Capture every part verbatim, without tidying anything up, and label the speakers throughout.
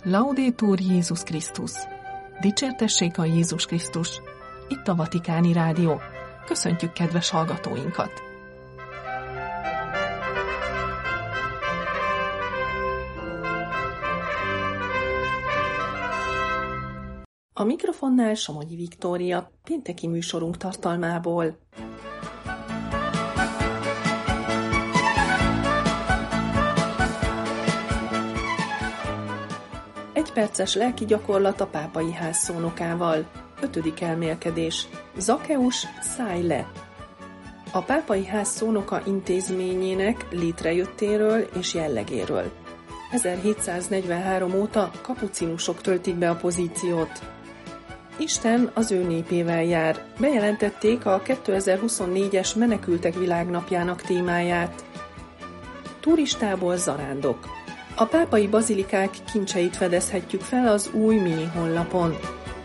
Speaker 1: Laudetur Jézus Krisztus! Dicsértessék a Jézus Krisztus! Itt a Vatikáni Rádió. Köszöntjük kedves hallgatóinkat! A mikrofonnál Somogyi Viktória, pénteki műsorunk tartalmából. Egyperces lelki gyakorlat a pápai ház szónokával. Ötödik elmélkedés. Zakeusz, szállj le! A pápai ház szónoka intézményének létrejöttéről és jellegéről. ezerhétszáznegyvenhárom óta kapucinusok töltik be a pozíciót. Isten az ő népével jár. Bejelentették a kétezer-huszonnégyes Menekültek Világnapjának témáját. Turistából zarándok. A pápai bazilikák kincseit fedezhetjük fel az új mini honlapon.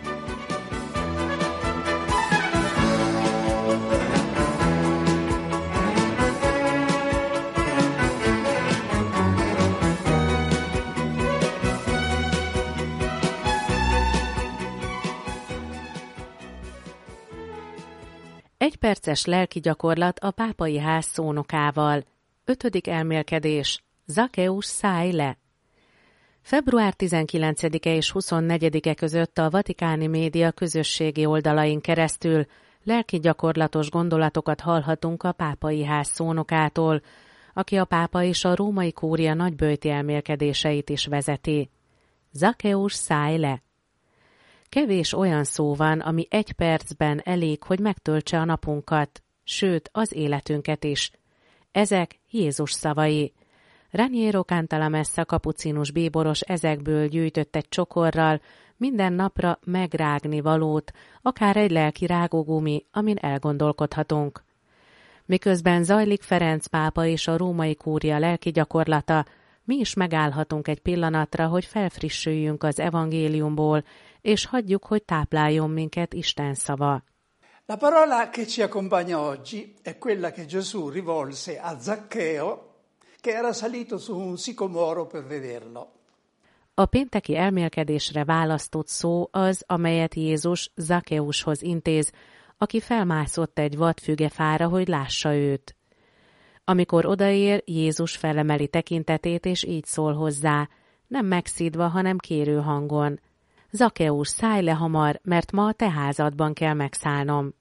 Speaker 2: Egy perces lelki gyakorlat a pápai ház szónokával. Ötödik elmélkedés. Zakeusz, szállj le! február tizenkilencedike és huszonnegyedike között a vatikáni média közösségi oldalain keresztül lelki gyakorlatos gondolatokat hallhatunk a pápai ház szónokától, aki a pápa és a római kúria nagyböjti elmélkedéseit is vezeti. Zakeusz, szállj le! Kevés olyan szó van, ami egy percben elég, hogy megtöltse a napunkat, sőt az életünket is. Ezek Jézus szavai. Raniero Cantalamessa kapucinus bíboros ezekből gyűjtött egy csokorral minden napra megrágni valót, akár egy lelki rágógumi, amin elgondolkodhatunk. Miközben zajlik Ferenc pápa és a római kúria lelki gyakorlata, mi is megállhatunk egy pillanatra, hogy felfrissüljünk az evangéliumból, és hagyjuk, hogy tápláljon minket Isten szava.
Speaker 3: La parola che ci accompagna oggi è quella che Gesù rivolse a Zaccheo, che era salito su un sicomoro per vederlo.
Speaker 2: A pénteki elmélkedésre választott szó az, amelyet Jézus Zakeuszhoz intéz, aki felmászott egy vadfügefára, hogy lássa őt. Amikor odaér, Jézus felemeli tekintetét, és így szól hozzá, nem megszídva, hanem kérő hangon. Zakeusz, szállj le hamar, mert ma a te házadban kell megszállnom.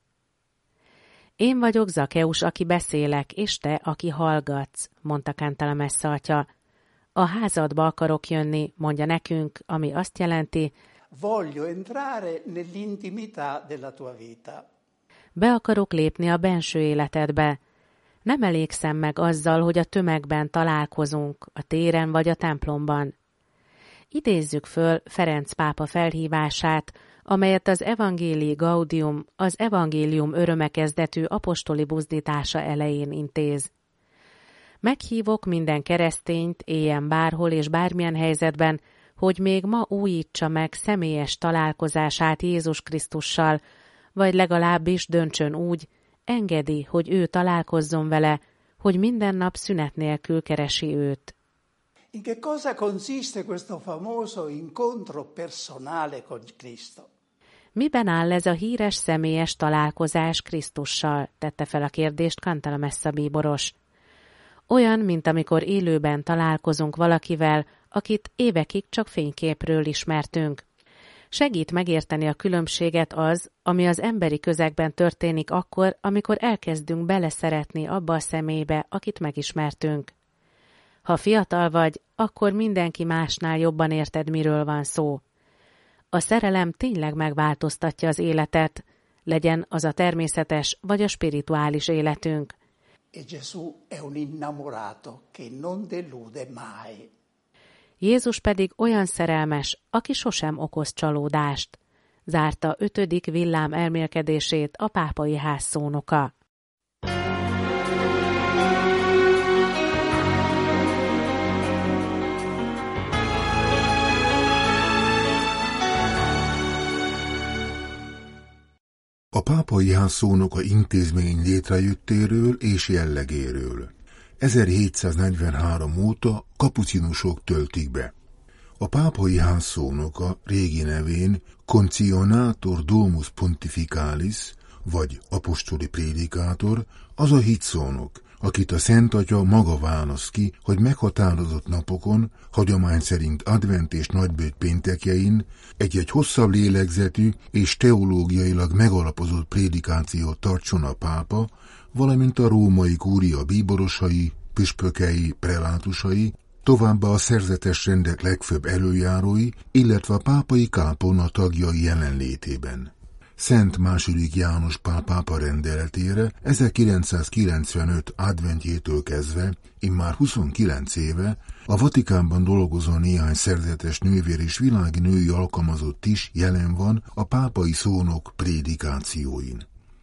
Speaker 2: Én vagyok Zakeusz, aki beszélek, és te, aki hallgatsz, mondta Cantalamessa atya. A házadba akarok jönni, mondja nekünk, ami azt jelenti,
Speaker 3: Voglio entrare nell'intimità della tua vita.
Speaker 2: Be akarok lépni a benső életedbe. Nem elégszem meg azzal, hogy a tömegben találkozunk, a téren vagy a templomban. Idézzük föl Ferenc pápa felhívását, amelyet az Evangelii Gaudium, az evangélium örömekezdetű apostoli buzdítása elején intéz. Meghívok minden keresztényt, éljen bárhol és bármilyen helyzetben, hogy még ma újítsa meg személyes találkozását Jézus Krisztussal, vagy legalábbis döntsön úgy, engedi, hogy ő találkozzon vele, hogy minden nap szünet nélkül keresi őt.
Speaker 3: In che cosa consiste questo famoso incontro personale con Cristo?
Speaker 2: Miben áll ez a híres személyes találkozás Krisztussal? Tette fel a kérdést Cantalamessa bíboros. Olyan, mint amikor élőben találkozunk valakivel, akit évekig csak fényképről ismertünk. Segít megérteni a különbséget az, ami az emberi közegben történik akkor, amikor elkezdünk beleszeretni abba a személybe, akit megismertünk. Ha fiatal vagy, akkor mindenki másnál jobban érted, miről van szó. A szerelem tényleg megváltoztatja az életet, legyen az a természetes vagy a spirituális életünk.
Speaker 3: E Gesù è un innamorato che non delude mai.
Speaker 2: Jézus pedig olyan szerelmes, aki sosem okoz csalódást. Zárta ötödik villám elmélkedését a pápai ház szónoka.
Speaker 4: A pápai ház szónoka intézmény létrejöttéről és jellegéről. ezerhétszáznegyvenhárom óta kapucinusok töltik be. A pápai ház szónoka régi nevén Concionator Domus Pontificalis, vagy apostoli prédikátor, az a hitszónok, akit a Szent Atya maga választ ki, hogy meghatározott napokon, hagyomány szerint advent és nagybőjt péntekjein egy-egy hosszabb lélegzetű és teológiailag megalapozott prédikációt tartson a pápa, valamint a római kúria bíborosai, püspökei, prelátusai, továbbá a szerzetes rendek legfőbb előjárói, illetve a pápai kápolna tagjai jelenlétében. Szent második János Pál pápa rendeletére ezerkilencszázkilencvenöt adventjétől kezdve, immár huszonkilenc éve, a Vatikánban dolgozó néhány szerzetes nővér és világi női alkalmazott is jelen van a pápai szónok prédikációin.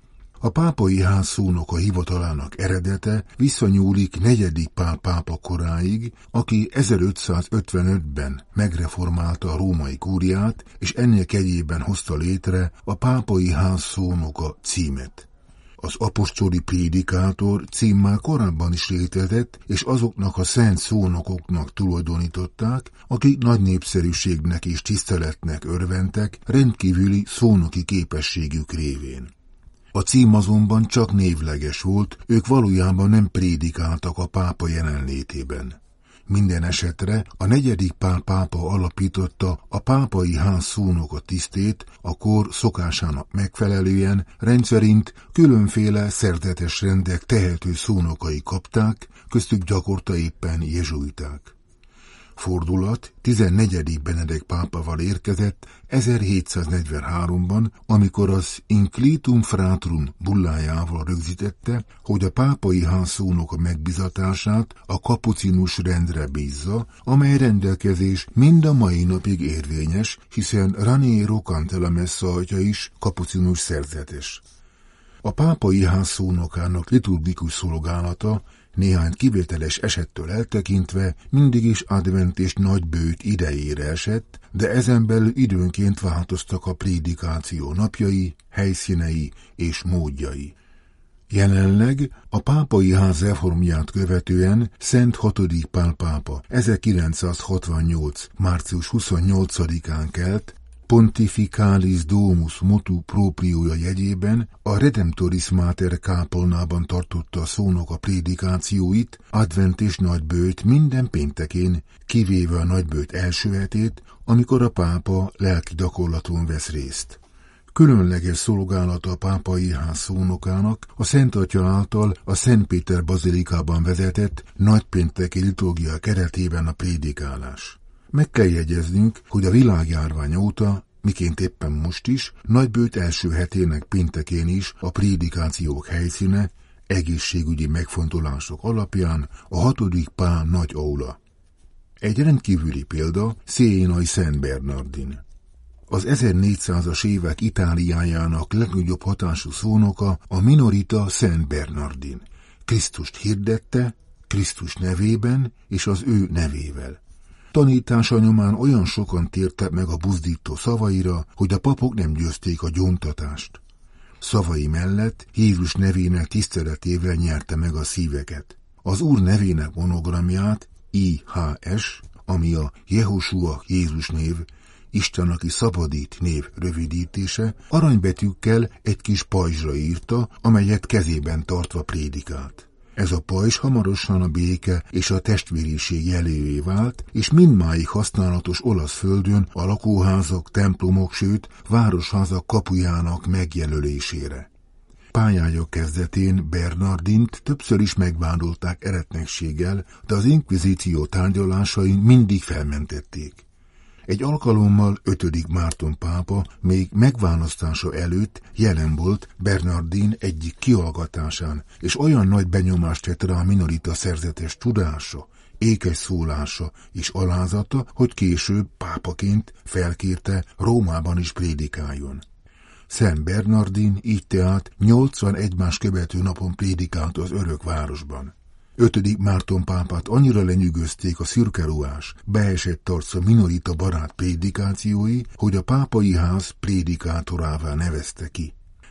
Speaker 4: A pápai ház szónoka hivatalának eredete visszanyúlik negyedik Pál pápa koráig, aki ezerötszázötvenötben megreformálta a római kúriát, és ennek egyében hozta létre a pápai ház szónoka címet. Az apostoli prédikátor cím már korábban is létezett, és azoknak a szent szónokoknak tulajdonították, akik nagy népszerűségnek és tiszteletnek örventek rendkívüli szónoki képességük révén. A cím azonban csak névleges volt, ők valójában nem prédikáltak a pápa jelenlétében. Minden esetre a negyedik Pál pápa alapította a pápai ház szónoka tisztét, a kor szokásának megfelelően rendszerint különféle szerzetes rendek tehető szónokai kapták, köztük gyakorta éppen jezsuiták. Fordulat tizennegyedik Benedek pápával érkezett ezerhétszáznegyvenháromban, amikor az Inclitum Fratrum bullájával rögzítette, hogy a pápai ház szónoka megbizatását a kapucinus rendre bízza, amely rendelkezés mind a mai napig érvényes, hiszen Raniero Cantalamessa atya is kapucinus szerzetes. A pápai ház szónokának liturgikus szolgálata néhány kivételes esettől eltekintve mindig is advent és nagybőjt idejére esett, de ezen belül időnként változtak a prédikáció napjai, helyszínei és módjai. Jelenleg a pápai ház reformját követően Szent hatodik Pál pápa ezerkilencszázhatvannyolc. március huszonnyolcadikán kelt, Pontificalis Domus Motu Proprioja jegyében a Redemptoris Mater kápolnában tartotta a szónok a prédikációit advent és nagybőjt minden péntekén, kivéve a nagybőjt első hetét, amikor a pápa lelki gyakorlaton vesz részt. Különleges szolgálata a pápai ház szónokának a Szent Atya által a Szent Péter bazilikában vezetett nagypénteki liturgia keretében a prédikálás. Meg kell jegyeznünk, hogy a világjárvány óta, miként éppen most is, nagybőjt első hetének péntekén is a prédikációk helyszíne, egészségügyi megfontolások alapján a hatodik Pál nagy aula. Egy rendkívüli példa Sienai Szent Bernardin. Az ezernégyszázas évek Itáliájának legnagyobb hatású szónoka a minorita Szent Bernardin. Krisztust hirdette, Krisztus nevében és az ő nevével. Tanítása nyomán olyan sokan tértek meg a buzdító szavaira, hogy a papok nem győzték a gyóntatást. Szavai mellett Jézus nevének tiszteletével nyerte meg a szíveket. Az Úr nevének monogramját, I H S, ami a Jehoshua Jézus név, Isten, aki szabadít név rövidítése, aranybetűkkel egy kis pajzsra írta, amelyet kezében tartva prédikált. Ez a pajzs hamarosan a béke és a testvériség jelővé vált, és mindmáig használatos olasz földön a lakóházak, templomok, sőt, városházak kapujának megjelölésére. Pályája kezdetén Bernardint többször is megvádolták eretnekséggel, de az inkvizíció tárgyalásain mindig felmentették. Egy alkalommal ötödik Márton pápa még megválasztása előtt jelen volt Bernardin egyik kihallgatásán, és olyan nagy benyomást tett rá a minorita szerzetes tudása, ékes szólása és alázata, hogy később pápaként felkérte Rómában is prédikáljon. Szent Bernardin így tehát nyolcvan egymás követő napon prédikált az örök városban. Ötödik Márton pápát annyira lenyűgözték a szürkeruhás, beesett arca minorita barát prédikációi, hogy a pápai ház prédikátorává nevezte ki.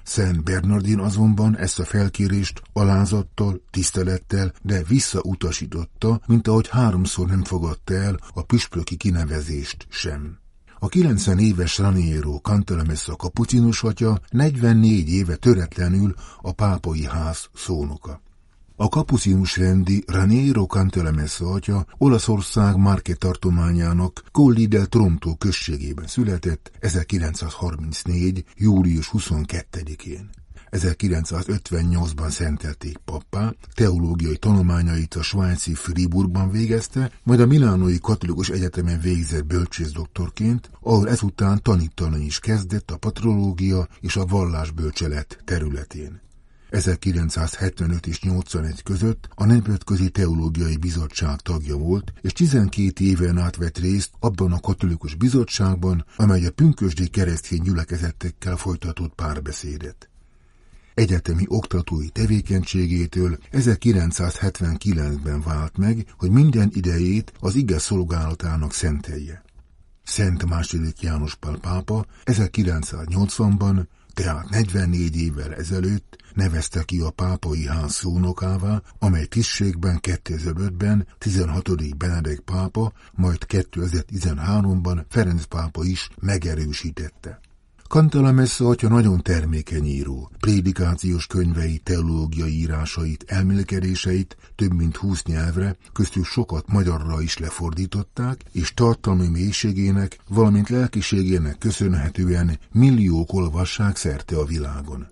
Speaker 4: Szent Bernardin azonban ezt a felkérést alázattal, tisztelettel, de visszautasította, mint ahogy háromszor nem fogadta el a püspöki kinevezést sem. A kilencven éves Raniero Cantalamessa kapucinus atya negyvennégy éve töretlenül a pápai ház szónoka. A kapucinus rendi Raniero Cantalamessa atya Olaszország Marche tartományának Colli del Tronto községében született ezerkilencszázharmincnégy. július huszonkettedikén. ezerkilencszázötvennyolcban szentelték pappá, teológiai tanulmányait a svájci Fribourgban végezte, majd a Milánói Katolikus Egyetemen végzett bölcsész-doktorként, ahol ezután tanítani is kezdett a patrológia és a vallásbölcselet területén. ezerkilencszázhetvenöt és nyolcvanegy között a Nemzetközi Teológiai Bizottság tagja volt, és tizenkét éven át vett részt abban a katolikus bizottságban, amely a pünkösdi keresztény gyülekezetekkel folytatott párbeszédet. Egyetemi oktatói tevékenységétől ezerkilencszázhetvenkilencben vált meg, hogy minden idejét az ige szolgálatának szentelje. Szent második János Pál pápa ezerkilencszáznyolcvanban, tehát negyvennégy évvel ezelőtt nevezte ki a pápai ház szónokává, amely tisztségben kétezer-ötben tizenhatodik Benedek pápa, majd kétezer-tizenháromban Ferenc pápa is megerősítette. Cantalamessa atya nagyon termékeny író, prédikációs könyveit, teológiai írásait, elmélkedéseit több mint húsz nyelvre, köztük sokat magyarra is lefordították, és tartalmi mélységének, valamint lelkiségének köszönhetően milliók olvassák szerte a világon.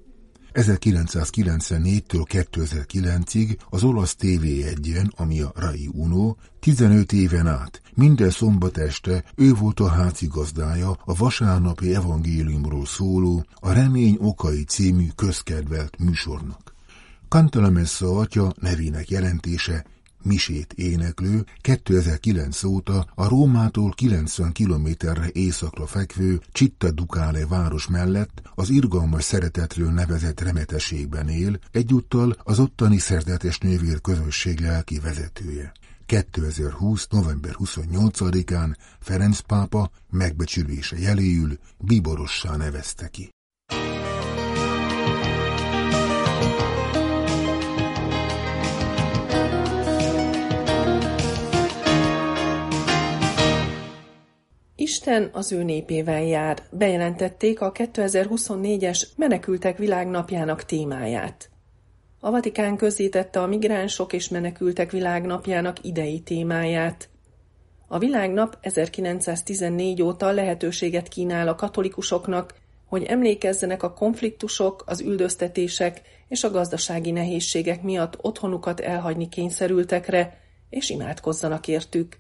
Speaker 4: ezerkilencszázkilencvennégytől kétezer-kilencig az olasz té vé egyen, ami a Rai Uno, tizenöt éven át, minden szombat este ő volt a házigazdája a vasárnapi evangéliumról szóló, a Remény okai című közkedvelt műsornak. Cantalamessa atya nevének jelentése misét éneklő, kétezer-kilenc óta a Rómától kilencven kilométerre északra fekvő Città Ducale város mellett az irgalmas szeretetről nevezett remetességben él, egyúttal az ottani szerzetes nővér közösség lelki vezetője. kétezer-húsz. november huszonnyolcadikán Ferenc pápa megbecsülése jeléül bíborossá nevezte ki.
Speaker 1: Isten az ő népével jár, bejelentették a kétezer-huszonnégyes Menekültek Világnapjának témáját. A Vatikán közzétette a Migránsok és Menekültek Világnapjának idei témáját. A világnap ezerkilencszáztizennégy óta lehetőséget kínál a katolikusoknak, hogy emlékezzenek a konfliktusok, az üldöztetések és a gazdasági nehézségek miatt otthonukat elhagyni kényszerültekre, és imádkozzanak értük.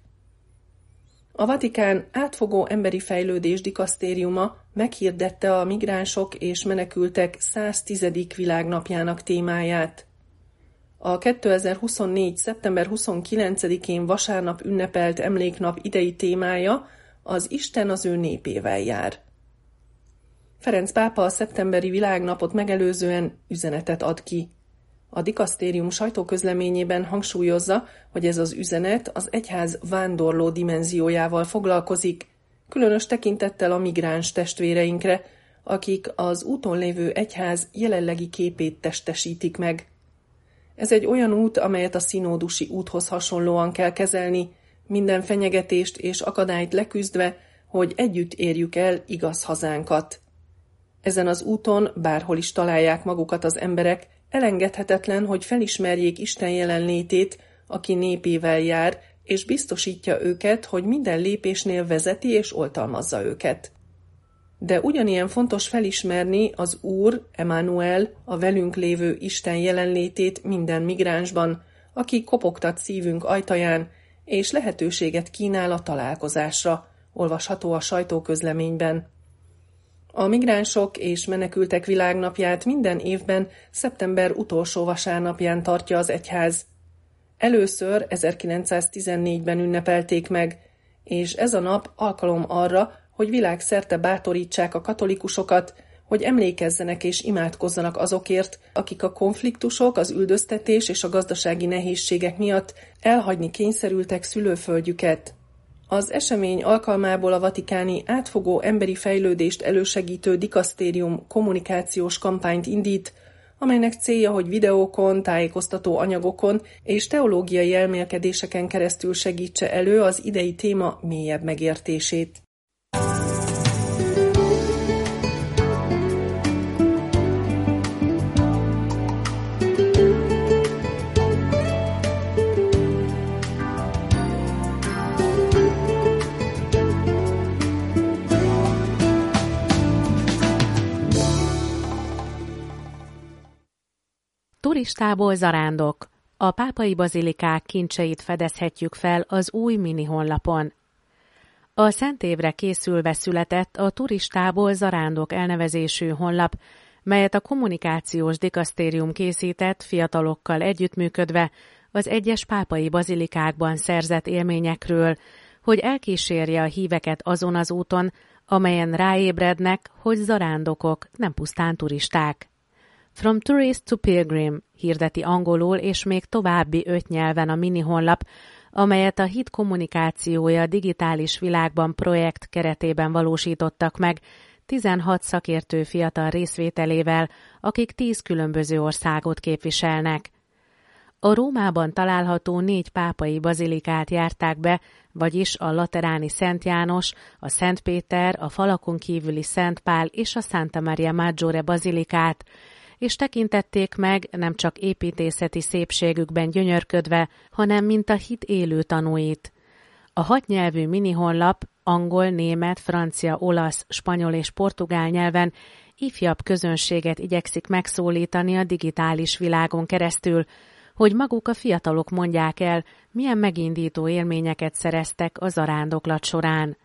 Speaker 1: A Vatikán átfogó emberi fejlődés dikasztériuma meghirdette a Migránsok és Menekültek száztizedik világnapjának témáját. A kétezer-huszonnégy. szeptember huszonkilencedikén vasárnap ünnepelt emléknap idei témája az Isten az ő népével jár. Ferenc pápa a szeptemberi világnapot megelőzően üzenetet ad ki. A dikasztérium sajtóközleményében hangsúlyozza, hogy ez az üzenet az egyház vándorló dimenziójával foglalkozik, különös tekintettel a migráns testvéreinkre, akik az úton lévő egyház jelenlegi képét testesítik meg. Ez egy olyan út, amelyet a szinódusi úthoz hasonlóan kell kezelni, minden fenyegetést és akadályt leküzdve, hogy együtt érjük el igaz hazánkat. Ezen az úton, bárhol is találják magukat az emberek, elengedhetetlen, hogy felismerjék Isten jelenlétét, aki népével jár, és biztosítja őket, hogy minden lépésnél vezeti és oltalmazza őket. De ugyanilyen fontos felismerni az Úr, Emmanuel, a velünk lévő Isten jelenlétét minden migránsban, aki kopogtat szívünk ajtaján, és lehetőséget kínál a találkozásra, olvasható a sajtóközleményben. A Migránsok és Menekültek Világnapját minden évben szeptember utolsó vasárnapján tartja az egyház. Először ezerkilencszáztizennégyben ünnepelték meg, és ez a nap alkalom arra, hogy világszerte bátorítsák a katolikusokat, hogy emlékezzenek és imádkozzanak azokért, akik a konfliktusok, az üldöztetés és a gazdasági nehézségek miatt elhagyni kényszerültek szülőföldjüket. Az esemény alkalmából a vatikáni átfogó emberi fejlődést elősegítő dikasztérium kommunikációs kampányt indít, amelynek célja, hogy videókon, tájékoztató anyagokon és teológiai elmélkedéseken keresztül segítse elő az idei téma mélyebb megértését.
Speaker 2: Turistából zarándok. A pápai bazilikák kincseit fedezhetjük fel az új mini honlapon. A Szent Évre készülve született a Turistából zarándok elnevezésű honlap, melyet a kommunikációs dikasztérium készített fiatalokkal együttműködve az egyes pápai bazilikákban szerzett élményekről, hogy elkísérje a híveket azon az úton, amelyen ráébrednek, hogy zarándokok, nem pusztán turisták. From Tourist to Pilgrim hirdeti angolul és még további öt nyelven a mini honlap, amelyet a hit kommunikációja digitális világban projekt keretében valósítottak meg, tizenhat szakértő fiatal részvételével, akik tíz különböző országot képviselnek. A Rómában található négy pápai bazilikát járták be, vagyis a lateráni Szent János, a Szent Péter, a falakon kívüli Szent Pál és a Santa Maria Maggiore bazilikát, és tekintették meg nem csak építészeti szépségükben gyönyörködve, hanem mint a hit élő tanúit. A hatnyelvű mini honlap angol, német, francia, olasz, spanyol és portugál nyelven ifjabb közönséget igyekszik megszólítani a digitális világon keresztül, hogy maguk a fiatalok mondják el, milyen megindító élményeket szereztek a zarándoklat során.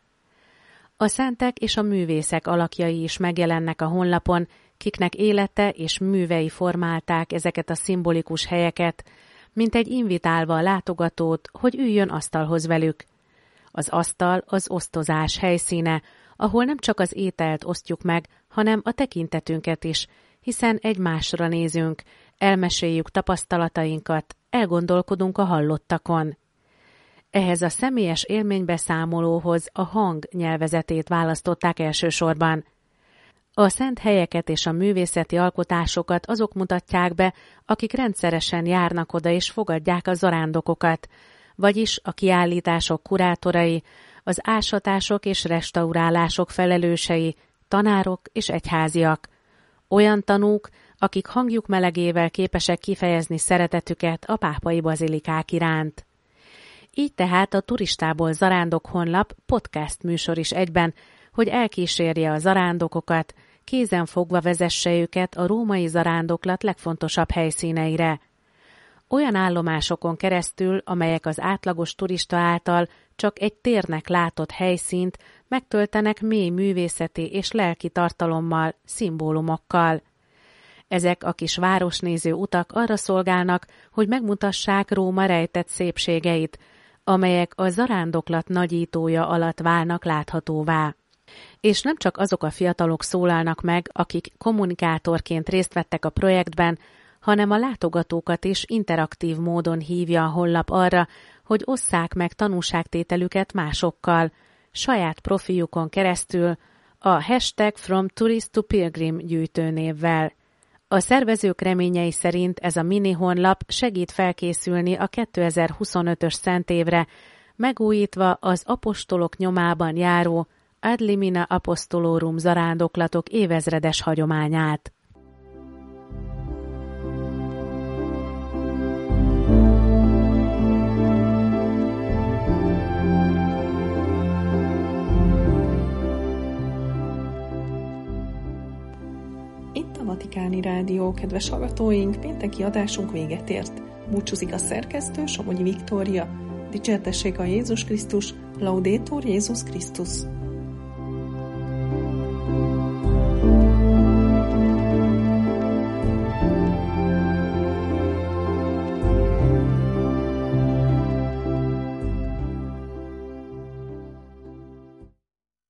Speaker 2: A szentek és a művészek alakjai is megjelennek a honlapon, kiknek élete és művei formálták ezeket a szimbolikus helyeket, mint egy invitálva a látogatót, hogy üljön asztalhoz velük. Az asztal az osztozás helyszíne, ahol nem csak az ételt osztjuk meg, hanem a tekintetünket is, hiszen egymásra nézünk, elmeséljük tapasztalatainkat, elgondolkodunk a hallottakon. Ehhez a személyes élménybeszámolóhoz a hang nyelvezetét választották elsősorban. A szent helyeket és a művészeti alkotásokat azok mutatják be, akik rendszeresen járnak oda és fogadják a zarándokokat, vagyis a kiállítások kurátorai, az ásatások és restaurálások felelősei, tanárok és egyháziak. Olyan tanúk, akik hangjuk melegével képesek kifejezni szeretetüket a pápai bazilikák iránt. Így tehát a Turistából zarándok honlap podcast műsor is egyben, hogy elkísérje a zarándokokat, kézen fogva vezesse őket a római zarándoklat legfontosabb helyszíneire. Olyan állomásokon keresztül, amelyek az átlagos turista által csak egy térnek látott helyszínt megtöltenek mély művészeti és lelki tartalommal, szimbólumokkal. Ezek a kis városnéző utak arra szolgálnak, hogy megmutassák Róma rejtett szépségeit, amelyek a zarándoklat nagyítója alatt válnak láthatóvá. És nem csak azok a fiatalok szólalnak meg, akik kommunikátorként részt vettek a projektben, hanem a látogatókat is interaktív módon hívja a honlap arra, hogy osszák meg tanúságtételüket másokkal, saját profiljukon keresztül, a hashtag From Tourist to Pilgrim gyűjtőnévvel. A szervezők reményei szerint ez a mini honlap segít felkészülni a kétezer-huszonötös szentévre, megújítva az apostolok nyomában járó Ad limina apostolorum zarándoklatok évezredes hagyományát.
Speaker 1: Itt a Vatikáni Rádió, kedves hallgatóink, pénteki adásunk véget ért. Búcsúzik a szerkesztő, Somogyi Viktória. Dicsértessék a Jézus Krisztus, Laudetur Jézus Krisztus.